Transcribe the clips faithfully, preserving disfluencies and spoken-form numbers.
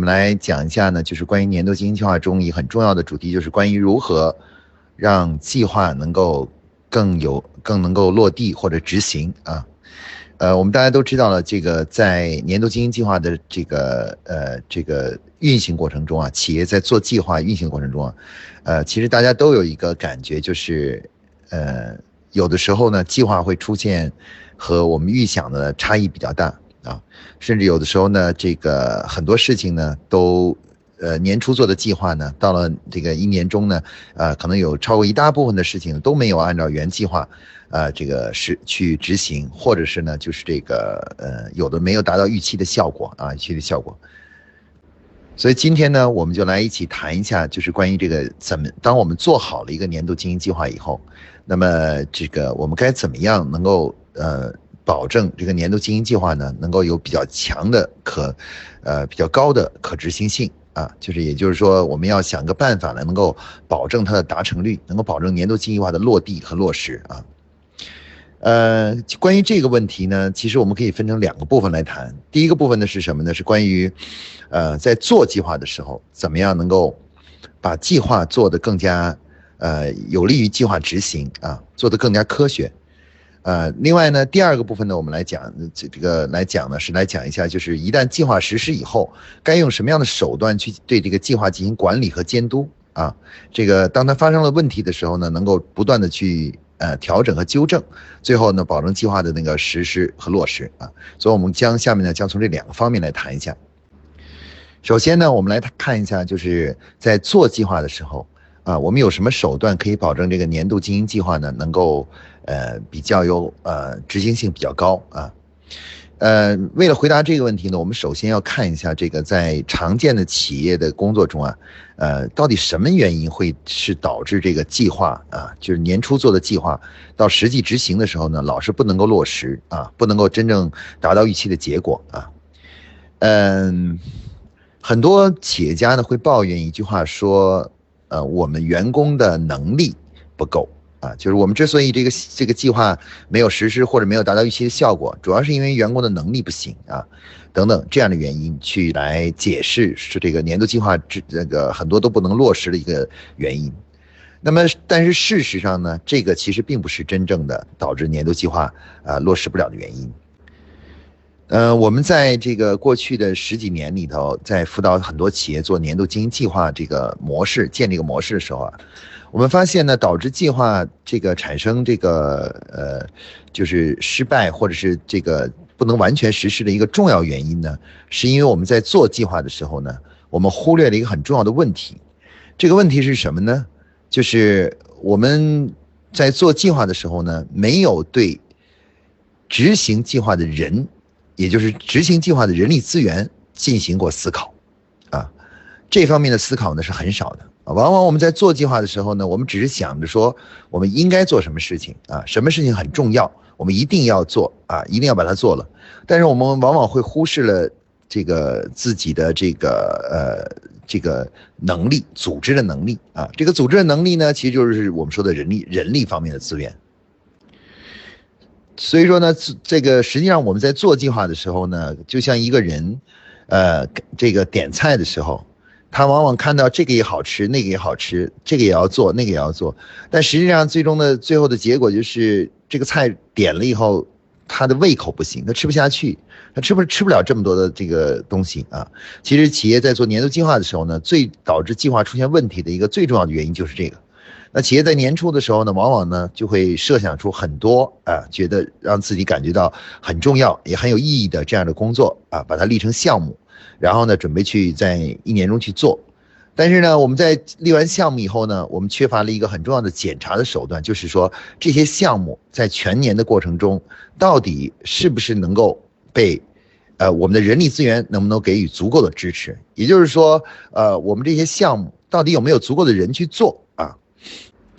们来讲一下呢，就是关于年度经营计划中一个很重要的主题，就是关于如何让计划能够更有更能够落地或者执行啊。呃，我们大家都知道了，这个在年度经营计划的这个呃这个运行过程中啊，企业在做计划运行过程中啊，呃，其实大家都有一个感觉，就是呃有的时候呢，计划会出现和我们预想的差异比较大啊，甚至有的时候呢，这个很多事情呢都呃年初做的计划呢，到了这个一年中呢，呃，可能有超过一大部分的事情都没有按照原计划。呃，这个是去执行，或者是呢，就是这个呃，有的没有达到预期的效果啊，预期的效果。所以今天呢，我们就来一起谈一下，就是关于这个怎么，当我们做好了一个年度经营计划以后，那么这个我们该怎么样能够呃保证这个年度经营计划呢，能够有比较强的可呃比较高的可执行性啊，就是也就是说，我们要想个办法呢，能够保证它的达成率，能够保证年度经营计划的落地和落实啊。呃，关于这个问题呢，其实我们可以分成两个部分来谈。第一个部分呢是什么呢？是关于，呃，在做计划的时候，怎么样能够把计划做得更加，呃，有利于计划执行啊，做得更加科学。呃，另外呢，第二个部分呢，我们来讲这这个来讲呢，是来讲一下，就是一旦计划实施以后，该用什么样的手段去对这个计划进行管理和监督啊？这个当它发生了问题的时候呢，能够不断的去。呃，调整和纠正，最后呢，保证计划的那个实施和落实啊。所以，我们将下面呢，将从这两个方面来谈一下。首先呢，我们来看一下，就是在做计划的时候啊，我们有什么手段可以保证这个年度经营计划呢，能够呃比较有呃执行性比较高啊。呃，为了回答这个问题呢，我们首先要看一下这个在常见的企业的工作中啊，呃，到底什么原因会是导致这个计划啊，就是年初做的计划，到实际执行的时候呢，老是不能够落实啊，不能够真正达到预期的结果啊。嗯，很多企业家呢会抱怨一句话说，呃，我们员工的能力不够。啊，就是我们之所以这个这个计划没有实施或者没有达到预期的效果，主要是因为员工的能力不行啊，等等这样的原因去来解释是这个年度计划这这个很多都不能落实的一个原因。那么，但是事实上呢，这个其实并不是真正的导致年度计划啊、呃、落实不了的原因。呃，我们在这个过去的十几年里头，在辅导很多企业做年度经营计划这个模式建立个模式的时候啊。我们发现呢，导致计划这个产生这个呃，就是失败或者是这个不能完全实施的一个重要原因呢，是因为我们在做计划的时候呢，我们忽略了一个很重要的问题。这个问题是什么呢？就是我们在做计划的时候呢，没有对执行计划的人，也就是执行计划的人力资源进行过思考啊。这方面的思考呢是很少的。往往我们在做计划的时候呢，我们只是想着说我们应该做什么事情啊，什么事情很重要，我们一定要做啊，一定要把它做了。但是我们往往会忽视了这个自己的这个呃这个能力，组织的能力啊，这个组织的能力呢，其实就是我们说的人力人力方面的资源。所以说呢，这个实际上我们在做计划的时候呢，就像一个人，呃，这个点菜的时候。他往往看到这个也好吃，那个也好吃，这个也要做，那个也要做，但实际上最终的最后的结果就是这个菜点了以后，他的胃口不行，他吃不下去，他吃不吃不了这么多的这个东西啊。其实企业在做年度计划的时候呢，最导致计划出现问题的一个最重要的原因就是这个。那企业在年初的时候呢，往往呢就会设想出很多啊，觉得让自己感觉到很重要也很有意义的这样的工作啊，把它立成项目。然后呢，准备去在一年中去做，但是呢，我们在立完项目以后呢，我们缺乏了一个很重要的检查的手段，就是说这些项目在全年的过程中，到底是不是能够被，呃，我们的人力资源能不能给予足够的支持？也就是说，呃，我们这些项目到底有没有足够的人去做啊？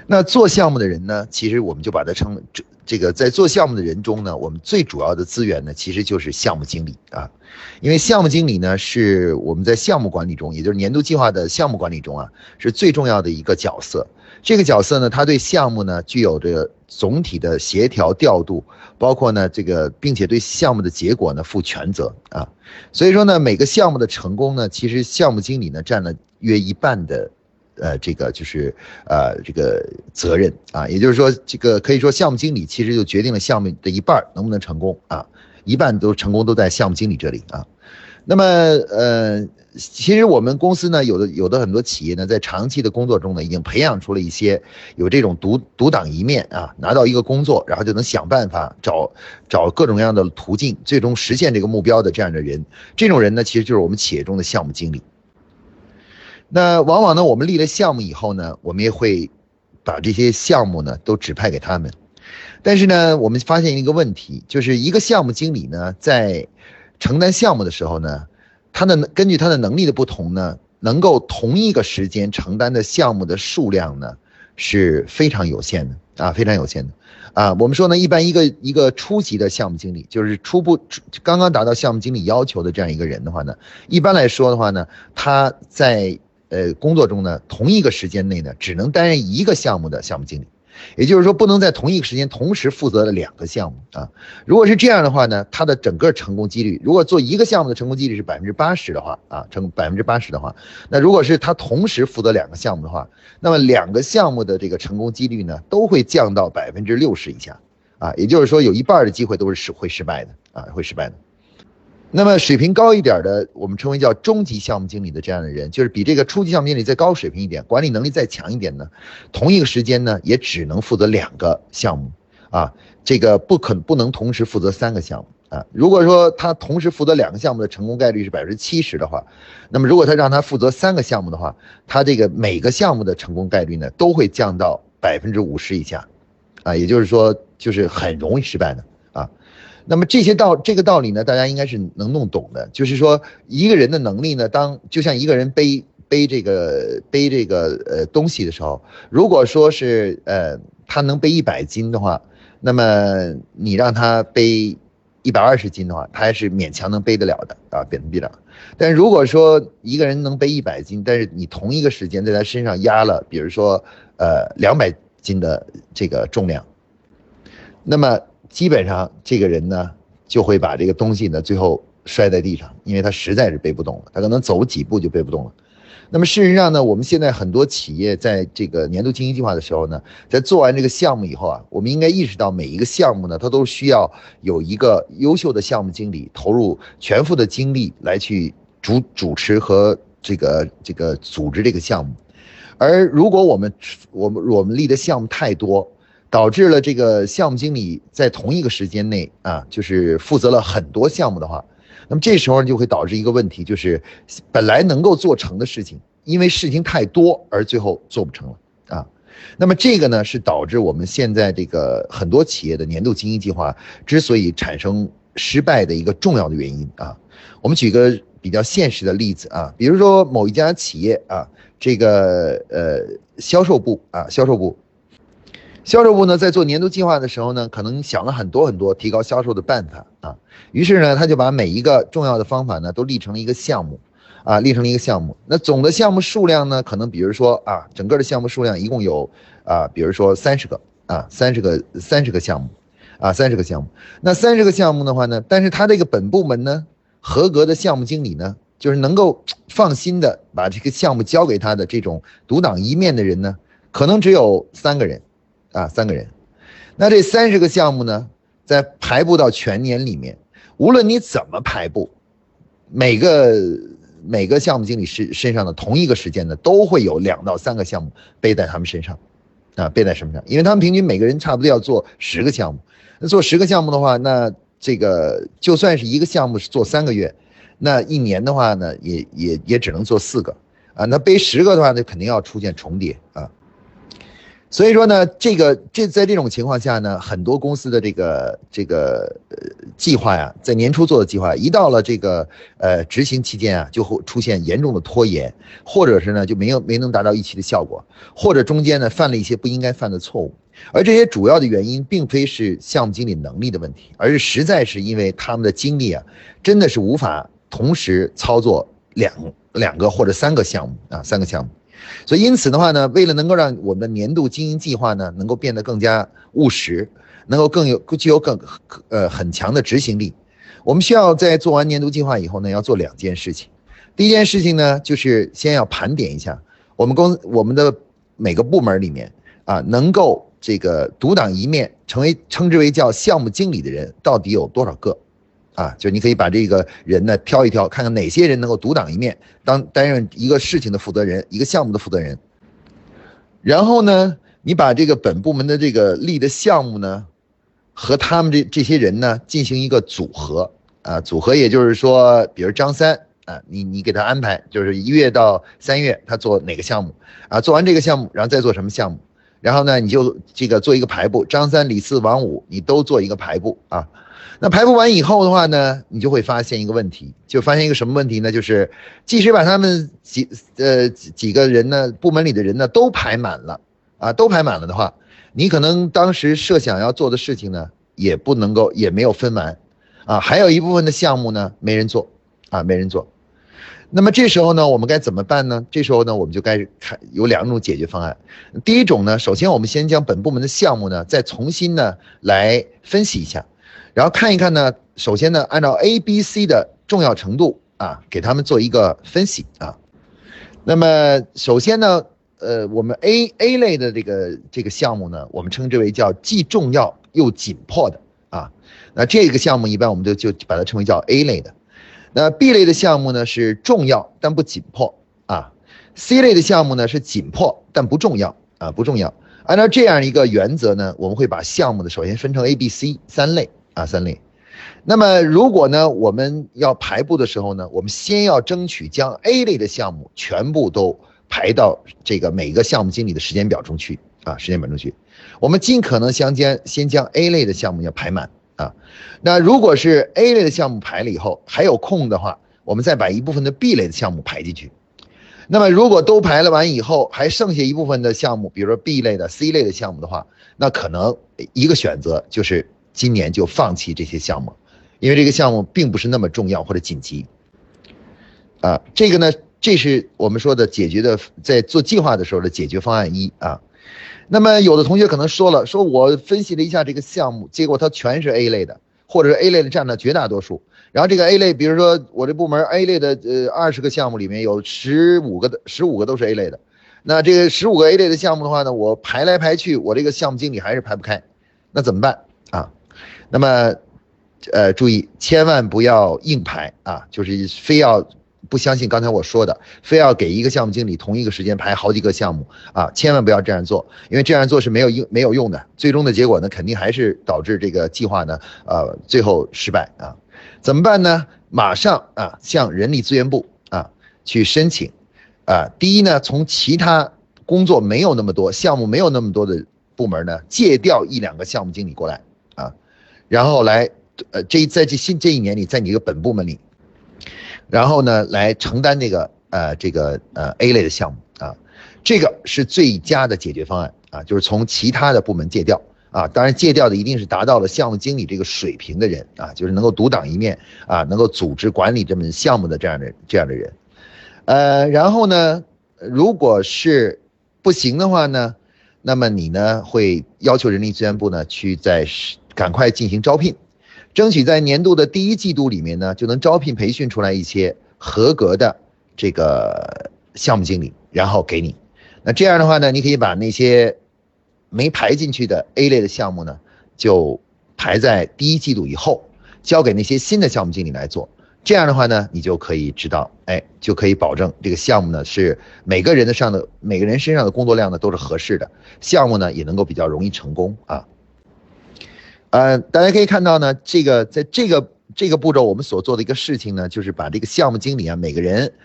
那做项目的人呢，其实我们就把它称这这个在做项目的人中呢，我们最主要的资源呢，其实就是项目经理啊，因为项目经理呢是我们在项目管理中，也就是年度计划的项目管理中啊，是最重要的一个角色。这个角色呢，他对项目呢具有着总体的协调调度，包括呢这个，并且对项目的结果呢负全责啊。所以说呢，每个项目的成功呢，其实项目经理呢占了约一半的。呃，这个就是呃这个责任啊，也就是说，这个可以说项目经理其实就决定了项目的一半能不能成功啊，一半都成功都在项目经理这里啊。那么呃，其实我们公司呢，有的有的很多企业呢，在长期的工作中呢，已经培养出了一些有这种独独当一面啊，拿到一个工作，然后就能想办法找找各种各样的途径，最终实现这个目标的这样的人。这种人呢，其实就是我们企业中的项目经理。那往往呢，我们立了项目以后呢，我们也会把这些项目呢都指派给他们。但是呢，我们发现一个问题，就是一个项目经理呢，在承担项目的时候呢，他的根据他的能力的不同呢，能够同一个时间承担的项目的数量呢是非常有限的啊，非常有限的啊。我们说呢，一般一个一个初级的项目经理，就是初步刚刚达到项目经理要求的这样一个人的话呢，一般来说的话呢，他在呃，工作中呢，同一个时间内呢，只能担任一个项目的项目经理，也就是说，不能在同一个时间同时负责了两个项目啊。如果是这样的话呢，他的整个成功几率，如果做一个项目的成功几率是百分之八十的话啊，成百分之八十的话，那如果是他同时负责两个项目的话，那么两个项目的这个成功几率呢，都会降到百分之六十以下啊，也就是说，有一半的机会都是会失败的啊，会失败的。那么水平高一点的，我们称为叫中级项目经理的这样的人，就是比这个初级项目经理再高水平一点，管理能力再强一点呢，同一个时间呢，也只能负责两个项目啊，这个不可不能同时负责三个项目啊。如果说他同时负责两个项目的成功概率是百分之七十的话，那么如果他让他负责三个项目的话，他这个每个项目的成功概率呢，都会降到百分之五十以下啊，也就是说，就是很容易失败的啊。那么这些道这个道理呢，大家应该是能弄懂的。就是说，一个人的能力呢，当就像一个人背背这个背这个呃东西的时候，如果说是呃他能背一百斤的话，那么你让他背一百二十斤的话，他还是勉强能背得了的啊，背得了。但如果说一个人能背一百斤，但是你同一个时间在他身上压了，比如说呃两百斤的这个重量，那么基本上这个人呢，就会把这个东西呢最后摔在地上，因为他实在是背不动了，他可能走几步就背不动了。那么事实上呢，我们现在很多企业在这个年度经营计划的时候呢，在做完这个项目以后啊，我们应该意识到每一个项目呢，它都需要有一个优秀的项目经理投入全副的精力来去主主持和这个这个组织这个项目。而如果我们我们我们立的项目太多，导致了这个项目经理在同一个时间内啊，就是负责了很多项目的话，那么这时候就会导致一个问题，就是本来能够做成的事情，因为事情太多而最后做不成了啊。那么这个呢，是导致我们现在这个很多企业的年度经营计划之所以产生失败的一个重要的原因啊。我们举个比较现实的例子啊，比如说某一家企业啊，这个呃销售部啊，销售部。销售部呢，在做年度计划的时候呢，可能想了很多很多提高销售的办法啊。于是呢，他就把每一个重要的方法呢，都立成了一个项目，啊，立成了一个项目。那总的项目数量呢，可能比如说啊，整个的项目数量一共有啊，比如说三十个啊，三十个三十个项目，啊，三十个项目。那三十个项目的话呢，但是他这个本部门呢，合格的项目经理呢，就是能够放心的把这个项目交给他的这种独当一面的人呢，可能只有三个人。啊，三个人，那这三十个项目呢，在排布到全年里面，无论你怎么排布，每个每个项目经理身身上的同一个时间呢，都会有两到三个项目背在他们身上，啊，背在身上，因为他们平均每个人差不多要做十个项目，那做十个项目的话，那这个就算是一个项目是做三个月，那一年的话呢，也也也只能做四个，啊，那背十个的话，那肯定要出现重叠啊。 所以说呢，这个这在这种情况下呢，很多公司的这个这个呃计划呀，在年初做的计划，一到了这个呃执行期间啊，就会出现严重的拖延，或者是呢就没有没能达到预期的效果，或者中间呢犯了一些不应该犯的错误。而这些主要的原因，并非是项目经理能力的问题，而是实在是因为他们的精力啊，真的是无法同时操作两两个或者三个项目啊，三个项目。所以因此的话呢，为了能够让我们的年度经营计划呢能够变得更加务实，能够更有具有更呃很强的执行力，我们需要在做完年度计划以后呢，要做两件事情。第一件事情呢，就是先要盘点一下我们公我们的每个部门里面啊，能够这个独当一面，成为称之为叫项目经理的人到底有多少个。啊，就你可以把这个人呢挑一挑，看看哪些人能够独当一面，当担任一个事情的负责人，一个项目的负责人。然后呢，你把这个本部门的这个立的项目呢，和他们这这些人呢进行一个组合啊，组合也就是说，比如张三啊，你你给他安排，就是一月到三月他做哪个项目啊，做完这个项目，然后再做什么项目，然后呢你就这个做一个排布，张三李四王五你都做一个排布啊。那排布完以后的话呢，你就会发现一个问题，就发现一个什么问题呢？就是即使把他们几呃几个人呢，部门里的人呢都排满了啊，都排满了的话，你可能当时设想要做的事情呢，也不能够，也没有分完啊，还有一部分的项目呢没人做啊，没人做。那么这时候呢，我们该怎么办呢？这时候呢，我们就该看有两种解决方案。第一种呢，首先我们先将本部门的项目呢，再重新呢来分析一下。然后看一看呢，首先呢，按照 A、B、C 的重要程度啊，给他们做一个分析啊。那么首先呢，呃，我们 A A 类的这个这个项目呢，我们称之为叫既重要又紧迫的啊。那这个项目一般我们就就把它称为叫 A 类的。那 B 类的项目呢是重要但不紧迫啊。C 类的项目呢是紧迫但不重要啊，不重要。按照这样一个原则呢，我们会把项目呢首先分成 A、B、C 三类。啊，三类。那么如果呢，我们要排布的时候呢，我们先要争取将 A 类的项目全部都排到这个每个项目经理的时间表中去啊，时间表中去。我们尽可能相将先将 A 类的项目要排满啊。那如果是 A 类的项目排了以后还有空的话，我们再把一部分的 B 类的项目排进去。那么如果都排了完以后，还剩下一部分的项目，比如说 B 类的、C 类的项目的话，那可能一个选择就是今年就放弃这些项目，因为这个项目并不是那么重要或者紧急啊。这个呢，这是我们说的解决的，在做计划的时候的解决方案一啊。那么有的同学可能说了，说我分析了一下这个项目，结果它全是 A 类的，或者是 A 类的占了绝大多数。然后这个 A 类，比如说我这部门 A 类的呃二十个项目里面有十五个的十五个都是 A 类的，那这个十五个 A 类的项目的话呢，我排来排去，我这个项目经理还是排不开，那怎么办啊？那么，呃，注意千万不要硬排啊，就是非要不相信刚才我说的，非要给一个项目经理同一个时间排好几个项目啊，千万不要这样做，因为这样做是没有用没有用的，最终的结果呢，肯定还是导致这个计划呢，呃，最后失败啊。怎么办呢？马上啊，向人力资源部啊去申请啊。第一呢，从其他工作没有那么多、项目没有那么多的部门呢，借调一两个项目经理过来。啊，然后来，呃，这在这新这一年里，在你这个本部门里，然后呢，来承担这个呃这个呃 A 类的项目啊，这个是最佳的解决方案啊，就是从其他的部门借调啊，当然借调的一定是达到了项目经理这个水平的人啊，就是能够独当一面啊，能够组织管理这么项目的这样的这样的人，呃，然后呢，如果是不行的话呢，那么你呢会要求人力资源部呢去在赶快进行招聘，争取在年度的第一季度里面呢就能招聘培训出来一些合格的这个项目经理，然后给你。那这样的话呢，你可以把那些没排进去的 A 类的项目呢，就排在第一季度以后，交给那些新的项目经理来做。这样的话呢，你就可以知道，哎，就可以保证这个项目呢是每个人的上的每个人身上的工作量呢都是合适的，项目呢也能够比较容易成功啊。呃，大家可以看到呢，这个在这个这个步骤我们所做的一个事情呢，就是把这个项目经理啊，每个人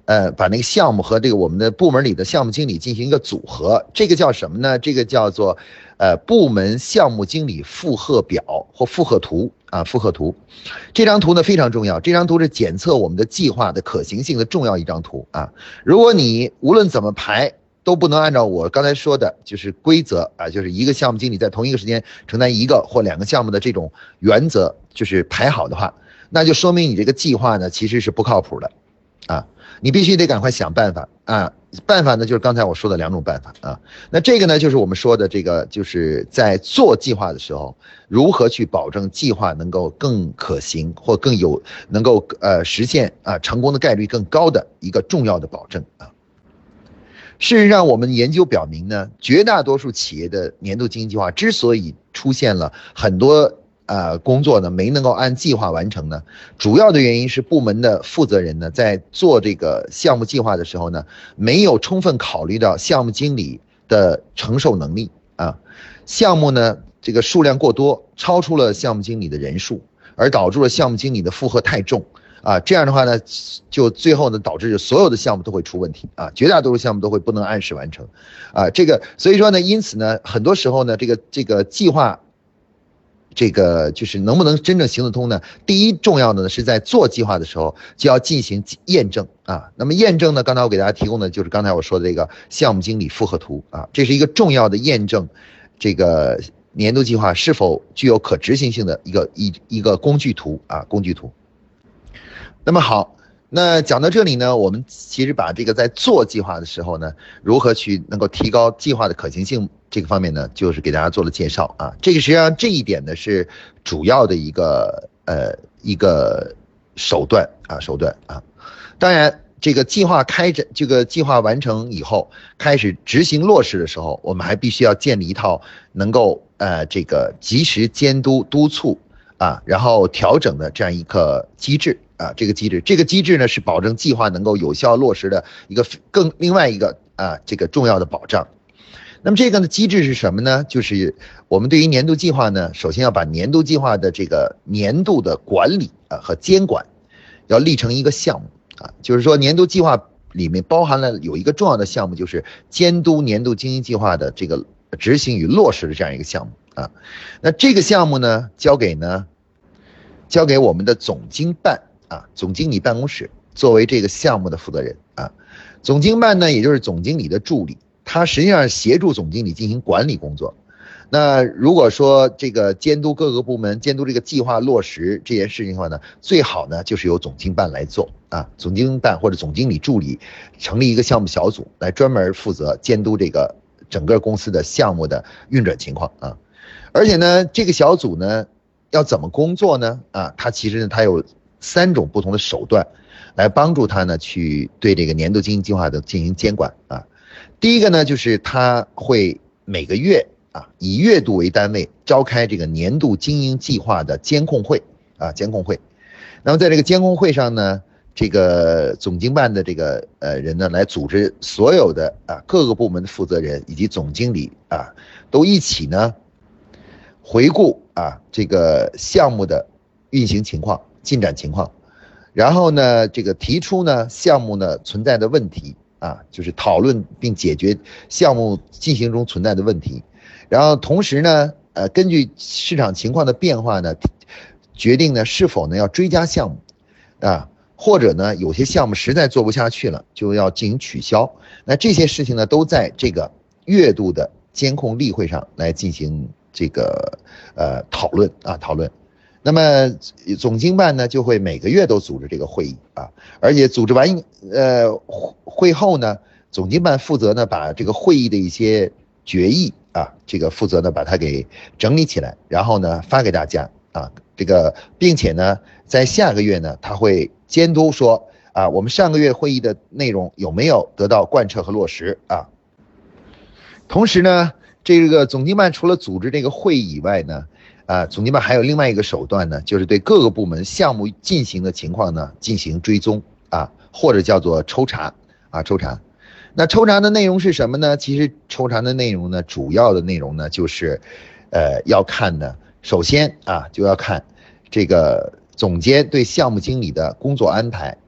呃，把那个项目和这个我们的部门里的项目经理进行一个组合，这个叫什么呢？这个叫做呃部门项目经理负荷表或负荷图啊，负荷图。这张图呢非常重要，这张图是检测我们的计划的可行性的重要一张图啊。如果你无论怎么排都不能按照我刚才说的，就是规则啊，就是一个项目经理在同一个时间承担一个或两个项目的这种原则，就是排好的话，那就说明你这个计划呢其实是不靠谱的啊。你必须得赶快想办法啊！办法呢，就是刚才我说的两种办法啊。那这个呢，就是我们说的这个，就是在做计划的时候，如何去保证计划能够更可行或更有能够呃实现啊成功的概率更高的一个重要的保证啊。事实上，我们研究表明呢，绝大多数企业的年度经营计划之所以出现了很多呃，工作呢没能够按计划完成呢，主要的原因是部门的负责人呢在做这个项目计划的时候呢，没有充分考虑到项目经理的承受能力啊，项目呢这个数量过多，超出了项目经理的人数，而导致了项目经理的负荷太重啊，这样的话呢，就最后呢导致所有的项目都会出问题啊，绝大多数项目都会不能按时完成啊，这个所以说呢，因此呢，很多时候呢，这个这个计划。这个就是能不能真正行得通呢？第一重要的呢是在做计划的时候就要进行验证啊。那么验证呢，刚才我给大家提供的就是刚才我说的这个项目经理负荷图啊，这是一个重要的验证这个年度计划是否具有可执行性的一个一一个工具图啊，工具图。那么好，那讲到这里呢，我们其实把这个在做计划的时候呢，如何去能够提高计划的可行性。这个方面呢，就是给大家做了介绍啊。这个实际上这一点呢是主要的一个呃一个手段啊手段啊。当然，这个计划开展这个计划完成以后，开始执行落实的时候，我们还必须要建立一套能够呃这个及时监督督促啊，然后调整的这样一个机制啊。这个机制，这个机制呢是保证计划能够有效落实的一个更另外一个啊这个重要的保障。那么这个呢机制是什么呢？就是我们对于年度计划呢，首先要把年度计划的这个年度的管理啊和监管要立成一个项目啊，就是说年度计划里面包含了有一个重要的项目，就是监督年度经营计划的这个执行与落实的这样一个项目啊。那这个项目呢，交给呢交给我们的总经办啊，总经理办公室作为这个项目的负责人啊。总经办呢，也就是总经理的助理。他实际上协助总经理进行管理工作。那如果说这个监督各个部门、监督这个计划落实这件事情的话呢，最好呢就是由总经办来做啊，总经办或者总经理助理成立一个项目小组来专门负责监督这个整个公司的项目的运转情况啊。而且呢，这个小组呢要怎么工作呢？啊，它其实呢它有三种不同的手段来帮助他呢去对这个年度经营计划的进行监管啊。第一个呢，就是他会每个月啊，以月度为单位召开这个年度经营计划的监控会啊，监控会。那么在这个监控会上呢，这个总经办的这个呃人呢，来组织所有的啊各个部门的负责人以及总经理啊，都一起呢回顾啊这个项目的运行情况、进展情况，然后呢，这个提出呢项目呢存在的问题。啊，就是讨论并解决项目进行中存在的问题，然后同时呢，呃，根据市场情况的变化呢，决定呢是否呢要追加项目，啊，或者呢有些项目实在做不下去了，就要进行取消。那这些事情呢，都在这个月度的监控例会上来进行这个呃讨论啊讨论。那么总经办呢就会每个月都组织这个会议啊，而且组织完呃会后呢，总经办负责呢把这个会议的一些决议啊，这个负责呢把它给整理起来，然后呢发给大家啊，这个并且呢在下个月呢他会监督说啊，我们上个月会议的内容有没有得到贯彻和落实啊。同时呢，这个总经办除了组织这个会议以外呢，啊，总经办还有另外一个手段呢，就是对各个部门项目进行的情况呢进行追踪啊，或者叫做抽查啊，抽查。那抽查的内容是什么呢？其实抽查的内容呢，主要的内容呢就是，呃，要看呢，首先啊就要看这个总监对项目经理的工作安排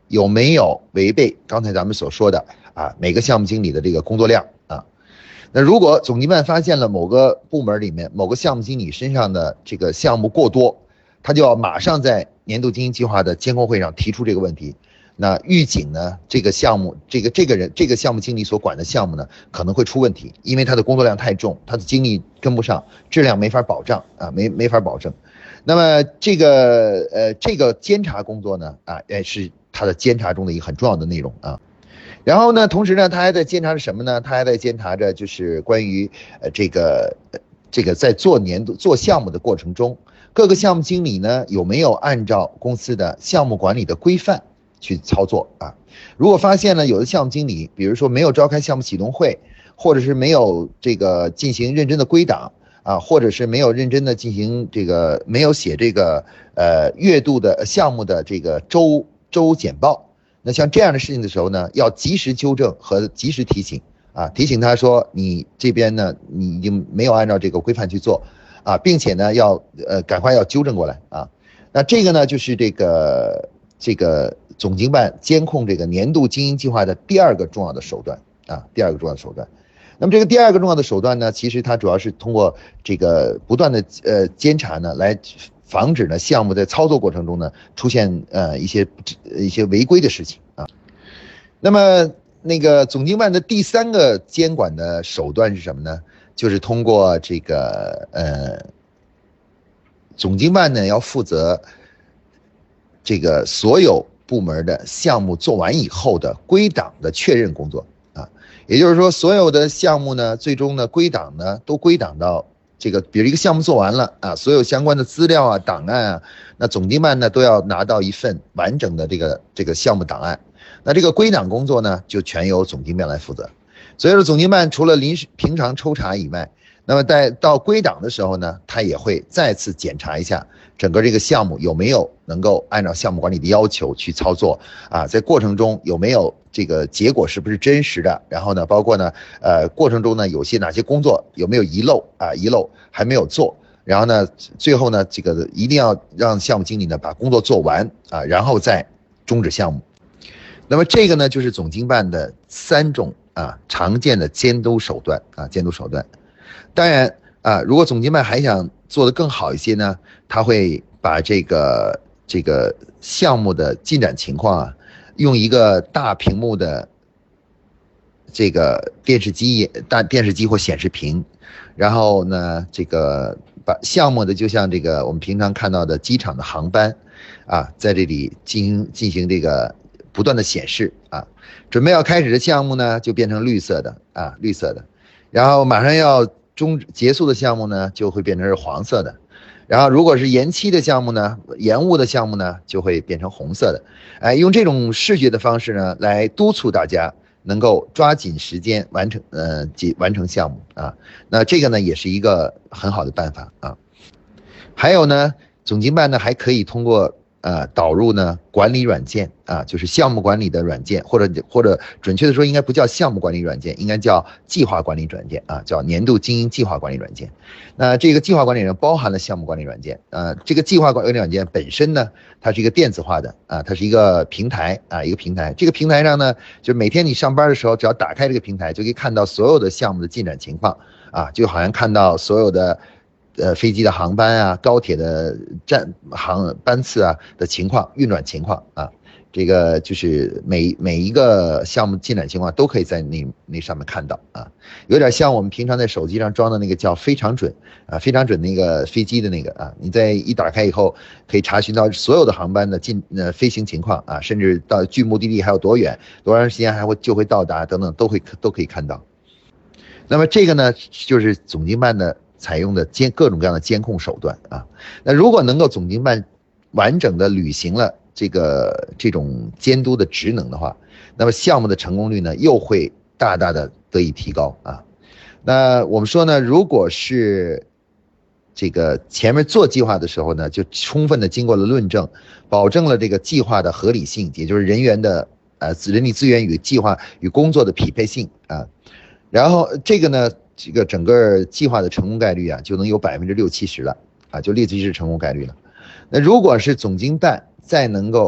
有没有违背刚才咱们所说的啊每个项目经理的这个工作量啊。那如果总经办发现了某个部门里面某个项目经理身上的这个项目过多，他就要马上在年度经营计划的监控会上提出这个问题。那预警呢，这个项目这个这个人这个项目经理所管的项目呢可能会出问题，因为他的工作量太重，他的精力跟不上，质量没法保障啊，没没法保证。那么这个呃这个监察工作呢啊也是他的监察中的一个很重要的内容啊。然后呢，同时呢，他还在监察着什么呢？他还在监察着就是关于呃这个这个在做年度做项目的过程中，各个项目经理呢有没有按照公司的项目管理的规范去操作啊？如果发现了有的项目经理，比如说没有召开项目启动会，或者是没有这个进行认真的归档啊，或者是没有认真的进行这个没有写这个呃月度的项目的这个周周简报。那像这样的事情的时候呢，要及时纠正和及时提醒啊，提醒他说你这边呢，你已经没有按照这个规范去做啊，并且呢要呃赶快要纠正过来啊。那这个呢就是这个这个总经办监控这个年度经营计划的第二个重要的手段啊，第二个重要的手段。那么这个第二个重要的手段呢，其实它主要是通过这个不断的呃监察呢来。防止呢项目在操作过程中呢出现呃一些一些违规的事情啊。那么那个总经办的第三个监管的手段是什么呢？就是通过这个呃总经办呢要负责这个所有部门的项目做完以后的归档的确认工作啊。也就是说，所有的项目呢最终呢归档呢都归档到。这个比如一个项目做完了啊，所有相关的资料啊、档案啊，那总经办呢都要拿到一份完整的这个这个项目档案。那这个归档工作呢，就全由总经办来负责。所以说，总经办除了临时平常抽查以外，那么在到归档的时候呢，他也会再次检查一下整个这个项目有没有能够按照项目管理的要求去操作啊，在过程中有没有这个结果是不是真实的，然后呢，包括呢，呃，过程中呢有些哪些工作有没有遗漏啊，遗漏还没有做，然后呢，最后呢，这个一定要让项目经理呢把工作做完啊，然后再终止项目。那么这个呢，就是总经办的三种啊常见的监督手段啊，监督手段。当然啊，如果总经办还想做得更好一些呢，他会把这个这个项目的进展情况啊，用一个大屏幕的这个电视机大电视机或显示屏，然后呢，这个把项目的就像这个我们平常看到的机场的航班啊，在这里进行进行这个不断的显示啊，准备要开始的项目呢就变成绿色的啊，绿色的，然后马上要终结束的项目呢就会变成是黄色的，然后如果是延期的项目呢，延误的项目呢就会变成红色的。哎，用这种视觉的方式呢来督促大家能够抓紧时间完成呃完成项目啊。那这个呢也是一个很好的办法啊。还有呢，总经办呢还可以通过呃导入呢管理软件啊，就是项目管理的软件，或者或者准确的说应该不叫项目管理软件，应该叫计划管理软件啊，叫年度经营计划管理软件。那这个计划管理呢包含了项目管理软件，呃，这个计划管理软件本身呢，它是一个电子化的啊，它是一个平台啊，一个平台。这个平台上呢，就每天你上班的时候，只要打开这个平台，就可以看到所有的项目的进展情况啊，就好像看到所有的。呃，飞机的航班啊，高铁的站航班次啊的情况、运转情况啊，这个就是每每一个项目进展情况都可以在那那上面看到啊，有点像我们平常在手机上装的那个叫非常准啊，非常准那个飞机的那个啊，你在一打开以后，可以查询到所有的航班的进呃飞行情况啊，甚至到距目的地还有多远，多长时间还会就会到达等等，都会都可以看到。那么这个呢，就是总经办的。采用的监各种各样的监控手段啊，那如果能够总经办完整的履行了这个这种监督的职能的话，那么项目的成功率呢又会大大的得以提高啊。那我们说呢，如果是这个前面做计划的时候呢，就充分的经过了论证，保证了这个计划的合理性，也就是人员的呃人力资源与计划与工作的匹配性啊，然后这个呢。这个整个计划的成功概率啊，就能有百分之六七十了啊，就六七十成功概率了。那如果是总经办再能够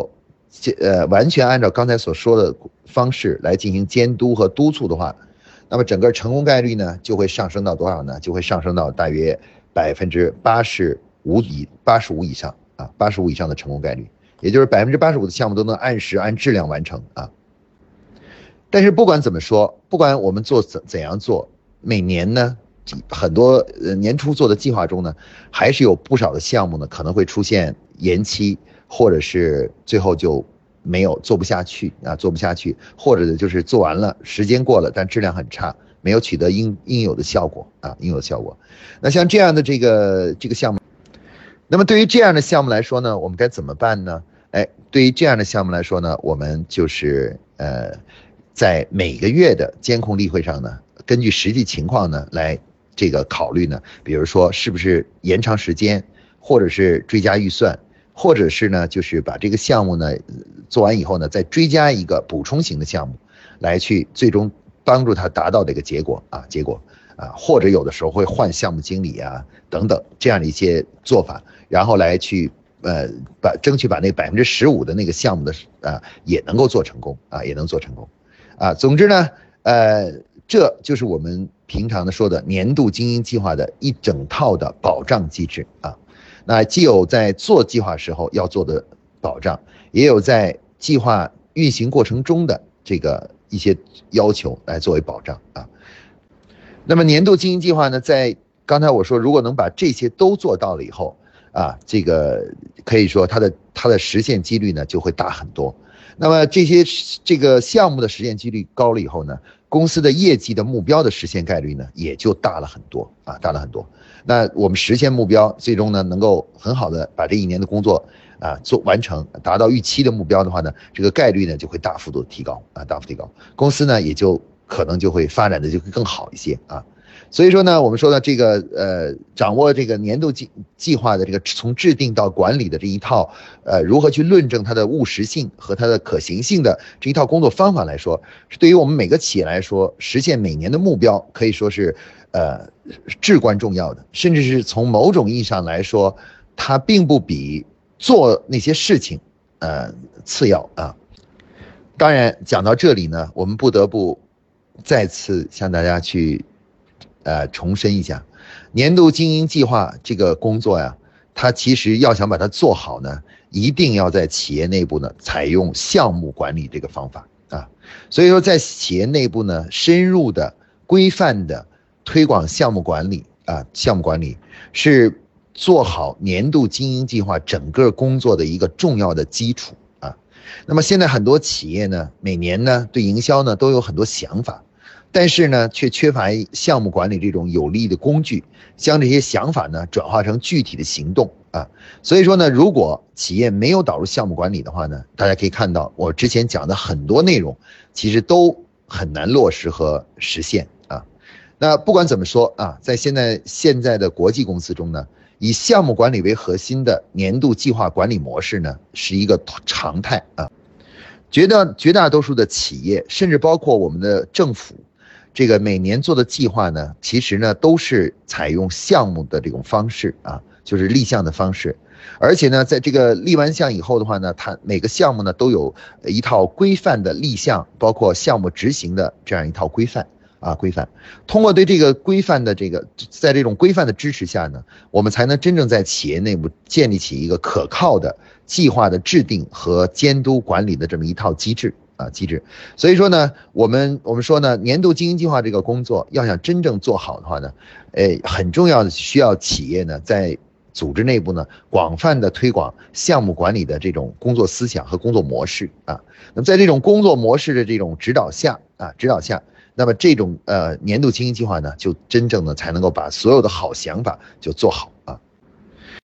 呃完全按照刚才所说的方式来进行监督和督促的话，那么整个成功概率呢就会上升到多少呢？就会上升到大约百分之八十五以八十五以上啊，八十五以上的成功概率，也就是百分之八十五的项目都能按时按质量完成啊。但是不管怎么说，不管我们做怎怎样做，每年呢，很多呃年初做的计划中呢，还是有不少的项目呢可能会出现延期，或者是最后就没有做不下去啊，做不下去，或者就是做完了，时间过了，但质量很差，没有取得应应有的效果啊，应有的效果。那像这样的这个这个项目，那么对于这样的项目来说呢，我们该怎么办呢？哎，对于这样的项目来说呢，我们就是呃。在每个月的监控例会上呢，根据实际情况呢来这个考虑呢，比如说是不是延长时间，或者是追加预算，或者是呢就是把这个项目呢做完以后呢再追加一个补充型的项目，来去最终帮助他达到这个结果啊结果啊，或者有的时候会换项目经理啊等等这样的一些做法，然后来去呃把争取把那百分之十五的那个项目的啊也能够做成功啊也能做成功。啊，总之呢，呃，这就是我们平常的说的年度经营计划的一整套的保障机制啊。那既有在做计划时候要做的保障，也有在计划运行过程中的这个一些要求来作为保障啊。那么年度经营计划呢，在刚才我说，如果能把这些都做到了以后啊，这个可以说它的它的实现几率呢就会大很多。那么这些这个项目的实现几率高了以后呢，公司的业绩的目标的实现概率呢也就大了很多啊，大了很多。那我们实现目标，最终呢能够很好的把这一年的工作啊做完成，达到预期的目标的话呢，这个概率呢就会大幅度提高啊，大幅提高，公司呢也就可能就会发展的就会更好一些啊。所以说呢，我们说的这个呃，掌握这个年度计计划的这个从制定到管理的这一套，呃，如何去论证它的务实性和它的可行性的这一套工作方法来说，是对于我们每个企业来说，实现每年的目标可以说是呃至关重要的，甚至是从某种意义上来说，它并不比做那些事情呃次要啊。当然，讲到这里呢，我们不得不再次向大家去。呃，重申一下，年度经营计划这个工作呀，它其实要想把它做好呢，一定要在企业内部呢采用项目管理这个方法啊。所以说，在企业内部呢，深入的、规范的推广项目管理啊，项目管理是做好年度经营计划整个工作的一个重要的基础啊。那么现在很多企业呢，每年呢对营销呢都有很多想法。但是呢，却缺乏项目管理这种有力的工具，将这些想法呢转化成具体的行动啊。所以说呢，如果企业没有导入项目管理的话呢，大家可以看到我之前讲的很多内容，其实都很难落实和实现啊。那不管怎么说啊，在现在现在的国际公司中呢，以项目管理为核心的年度计划管理模式呢，是一个常态啊。绝大绝大多数的企业，甚至包括我们的政府。这个每年做的计划呢，其实呢都是采用项目的这种方式啊，就是立项的方式，而且呢，在这个立完项以后的话呢，它每个项目呢都有一套规范的立项，包括项目执行的这样一套规范啊规范。通过对这个规范的这个，在这种规范的支持下呢，我们才能真正在企业内部建立起一个可靠的计划的制定和监督管理的这么一套机制。啊，机制，所以说呢，我们我们说呢，年度经营计划这个工作要想真正做好的话呢，呃，很重要的需要企业呢在组织内部呢广泛的推广项目管理的这种工作思想和工作模式啊。那么在这种工作模式的这种指导下啊，指导下，那么这种呃年度经营计划呢，就真正的才能够把所有的好想法就做好。